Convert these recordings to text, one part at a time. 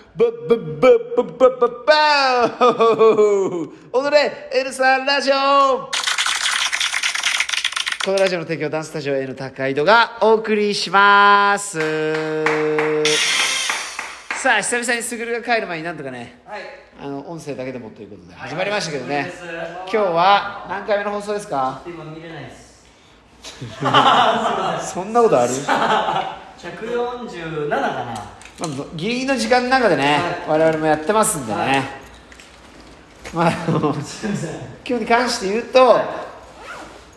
踊れ N さんラジオ。このラジオの提供ダンススタジオ N 高井戸がお送りします。さあ久々にスグルが帰る前になんとかね、はい、音声だけでもということで始まりましたけどね、はい、今日は何回目の放送ですか？ 今見れないです。 そんなことある ？147かな。 ギリギリの時間の中でね、はい、我々もやってますんでね、はい、まあ今日に関して言うと、はい、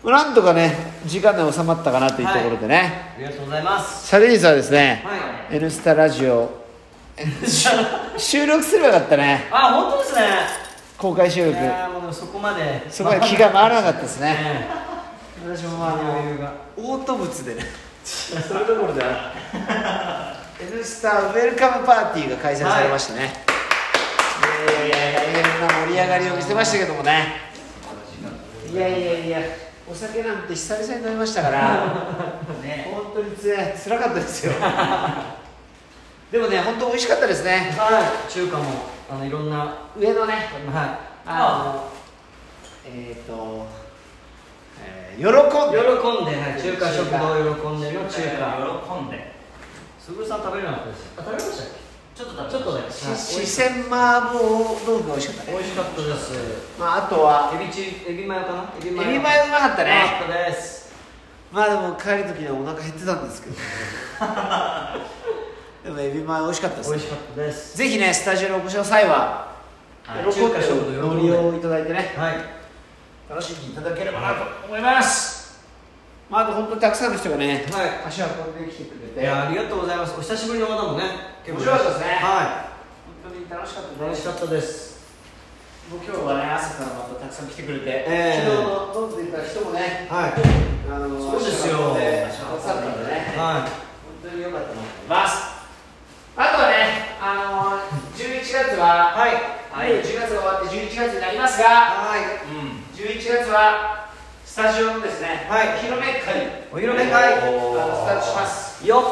なんとかね時間で収まったかなというところでね、はい、 ありがとうございます。 昨日はですね、 はい、 N スタラジオ収録すればよかったね。 あ、本当ですね。 公開収録。 いやもうそこまで気が回らなかったですね。私もオート物でねそれどころでN スタウェルカムパーティーが開催されましたね、はい、大変な盛り上がりを見せましたけどもね。いやお酒なんて久々に飲みましたからね、本当につらかったですよでもね本当美味しかったですね。 はい、中華もいろんな上のね、 はい、 喜んで、 はい、中華食堂喜んでの中華喜んで。すぐるさん食べれなかったです。食べましたっけ？ちょっとね。 四川麻婆豆腐が美味しかったね。 美味しかったです。 あとはエビマヨかな？エビマヨうまかったね。 うまかったです。 まあでも帰る時にはお腹減ってたんですけどでもエビマヨ美味しかったですね。 美味しかったです。 ぜひねスタジオにお越しの際は中華食堂のりをいただいてね、 はい、 楽しんでいただければなと思います。あと本当にたくさんの人がね、はい、足を運んできてくれて、 いやありがとうございます。お久しぶりの方もね、 面白かったですね。 はい、 本当に楽しかったです。 楽しかったです。 もう今日はね朝からまたたくさん来てくれて、昨日の飲んでいた人もね、はい、 そうですよ。 足を運んでね、 はい、 本当に良かったと思います。あとはね、11月は、はい、10月が終わって11月になりますが、はい、11月はスタジオのですね、はい、お披露目会、 お披露目会、 スタートしますよっ。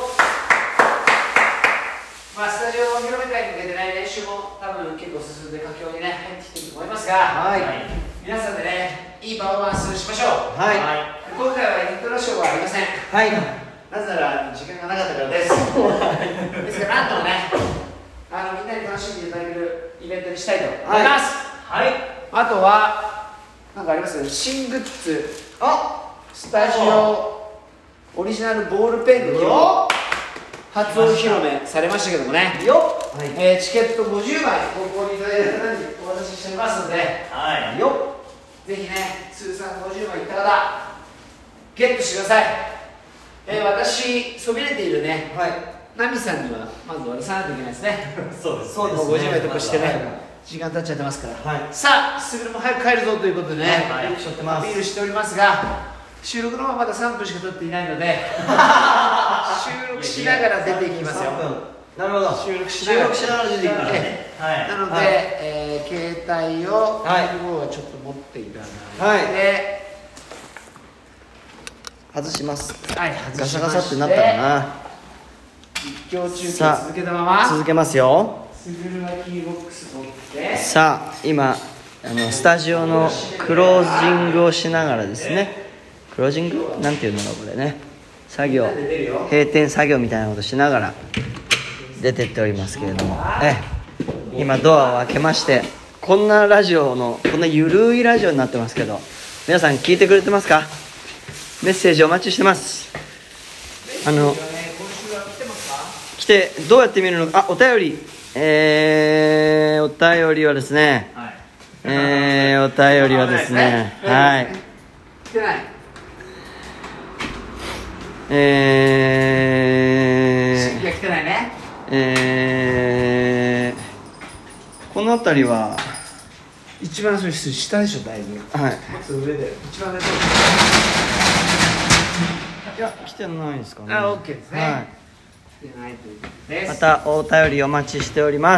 まあスタジオのお披露目会に向けてね練習も多分結構進んで佳境にね入ってきてると思いますが、はい、皆さんでねいいパフォーマンスしましょう。はい、今回はイントロショーはありません。はい、なぜなら時間がなかったからですですからなんともねみんなに楽しんでいただけるイベントにしたいと思います。はい、あとはなんかあります？新グッズ、スタジオオリジナルボールペンの初お披露目されましたけどもね、よっ、はい、チケット50枚ご購入いただいた方にお渡ししておりますので、はい、よっ、ぜひね通算50枚いった方ゲットしてください。私そびれているね、はい、ナミさんにはまず渡さないといけないですねそうですね、もう50枚突破してね、時間経っちゃってますから、はい、さあすぐるも早く帰るぞということでね、はい、アピールしておりますが、収録の方はまだ3分しか経っていないので収録しながら出ていきますよ。 なるほど、 収録しながら出ていきますね、はい、なので、はい、携帯を番号はちょっと持っていただいて、はい、 外します。 はい、 ガサガサってなったかな。 実況中継続けたまま続けますよ。 スグルがキーボックス取って、 さあ今スタジオのクロージングをしながらですね、クロージングなんていうのかこれね、作業閉店作業みたいなことしながら出てっておりますけれども、今ドアを開けまして、こんなラジオのこんなゆるいラジオになってますけど、皆さん聞いてくれてますか？メッセージお待ちしてます。来てどうやって見るのか。お便りお便りはですね、はい、お便りはですね、はい、 来てない。来てないね。 この辺りは一番下でしょ、だいぶ。 はい。 もっと上で。一番上で。 いや、来てないですかね。 OK ですね。はい。来てないということです。 またお便りお待ちしております。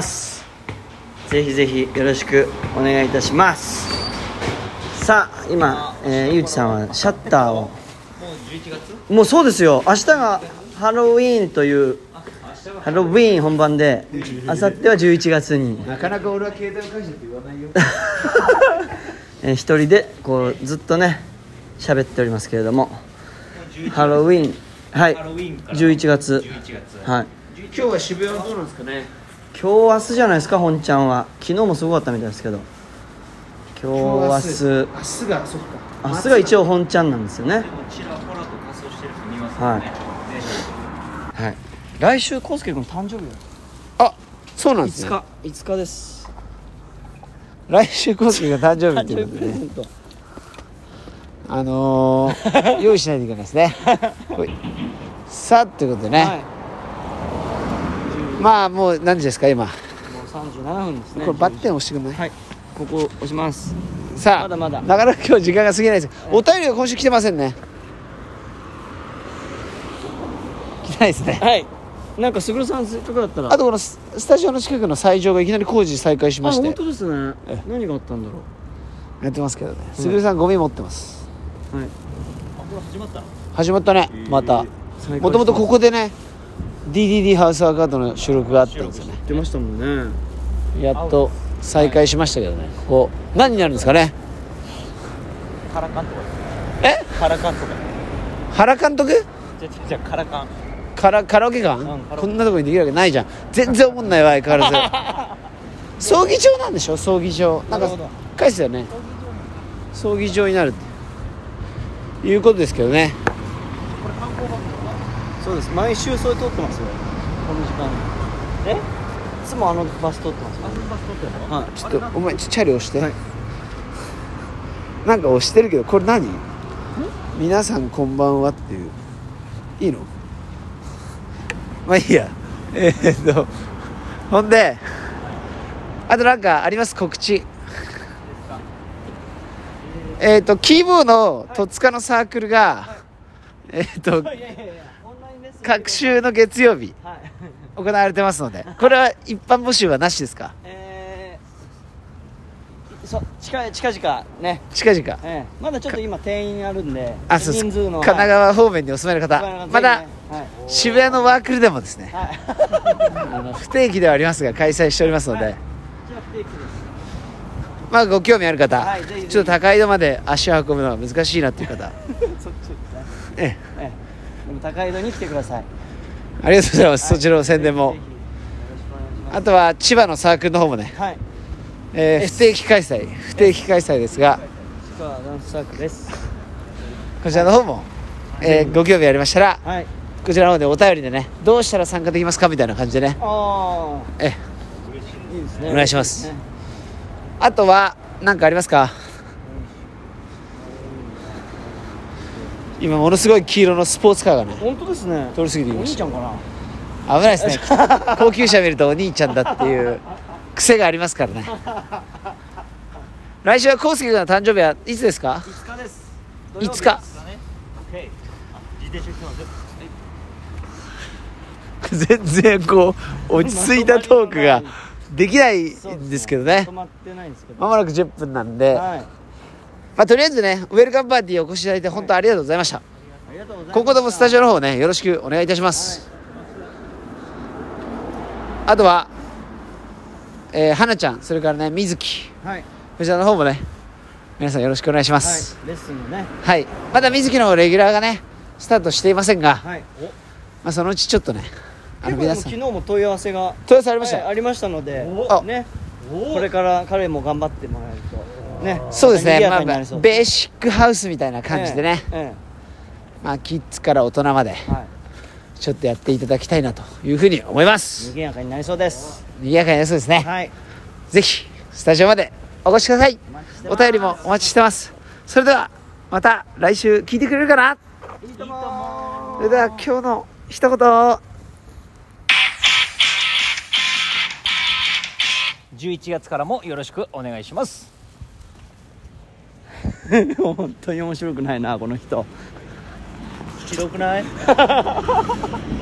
ぜひぜひよろしくお願いいたします。さあ今、ゆうちさんはシャッターをもう11月？もうそうですよ。明日がハロウィーンというハロウィーン本番で、あさっては11月になかなか俺は携帯を返してって言わないよ一人でこうずっとね喋っておりますけれども、ハロウィーン、はい、11月、はい、 今日は渋谷はどうなんですかね。 今日明日じゃないですか。本ちゃんは昨日もすごかったみたいですけど、今日明日がそっか、 明日が一応本ちゃんなんですよね。 ちらほらと仮装してる人見ますよね。 はい、来週コウスケ君誕生日あ、そうなんですね。 5日です。 来週コウスケが誕生日っていうことでね用意しないといけないですねさあということでね、はい、まあもう何時ですか今。もう 37分ですね。 これバッテン押してくんない？ はい、ここ押します。 さあ、まだなかなか今日時間が過ぎないです。お便りが今週来てませんね。来てないですね。 はい、なんかすぐるさんせっかくだったら、 あとこのスタジオの近くの斎場がいきなり工事再開しまして。 本当ですね。何があったんだろう。やってますけどね。すぐるさんゴミ持ってます。 はい。 これ始まったの？ 始まったね。またもともとここでね DDD ハウスアーカードの収録があったんですよね。 出ましたもんね。 やっと再開しましたけどね。ここ何になるんですかね。 カラカンとか。 カラ監督。原監督？ じゃカラカン。 カラオケ館、こんなとこにできるわけないじゃん。全然思んないわ相変わらず葬儀場なんでしょ。葬儀場なんか返すよね。葬儀場になるっていうことですけどね。 これ観光バスとか。 そうです。毎週それ通ってますよ。この時間に。いつもバス通ってますよ。 バス通ってるの？ はい。 ちょっとお前チャリ押して、 はい、 なんか押してるけどこれ何？皆さんこんばんはっていういいの？まあいいや。ほんであとなんかあります？告知。キーボーの戸塚のサークルが各週の月曜日行われてますので、これは一般募集はなしですか？ 近々ね。 近々、 まだちょっと今定員あるんで、 そう人数の神奈川方面にお住まいの方、まだ、渋谷のワークルでもですね、不定期ではありますが開催しておりますので、まあご興味ある方、ちょっと高井戸まで足を運ぶのは難しいなっていう方でも高井戸に来てください。 ありがとうございます。そちらの宣伝も。あとは千葉のサークルの方もね、不定期開催ですが、 千葉ダンスサークルです。 こちらの方も、ご興味ありましたら、こちらの方でお便りでね、どうしたら参加できますかみたいな感じでね、いいですね、お願いします。あとは何かありますか？今ものすごい黄色のスポーツカーがね、 本当ですね、 通り過ぎていました。 お兄ちゃんかな？危ないですね高級車見るとお兄ちゃんだっていう癖がありますからね。来週は康介君の誕生日はいつですか ？5日です。 5日。全然こう落ち着いたトークができないんですけどね。まもなく10分なんで、まあ、とりあえずねウェルカムパーティーお越しいただいて本当ありがとうございました。今後ともスタジオの方ねよろしくお願いいたします。あとは花ちゃん、それからね水木、こちらの方もね皆さんよろしくお願いします。 レッスンのね、 まだ水木のレギュラーがねスタートしていませんが、まあ、そのうちちょっとね皆さん昨日も問い合わせありました、ありましたのでね、これから彼も頑張ってもらえるとね。 そうですね、まあ、ベーシックハウスみたいな感じでね、まあ、キッズから大人までちょっとやっていただきたいなというふうに思います。 賑やかになりそうです。 賑やかになりそうですね、ぜひスタジオまでお越しください。お便りもお待ちしてます。それではまた来週聞いてくれるかな。 いいとも。 それでは今日の一言。 11月からもよろしくお願いします。 本当に面白くないなこの人。 ひどくない？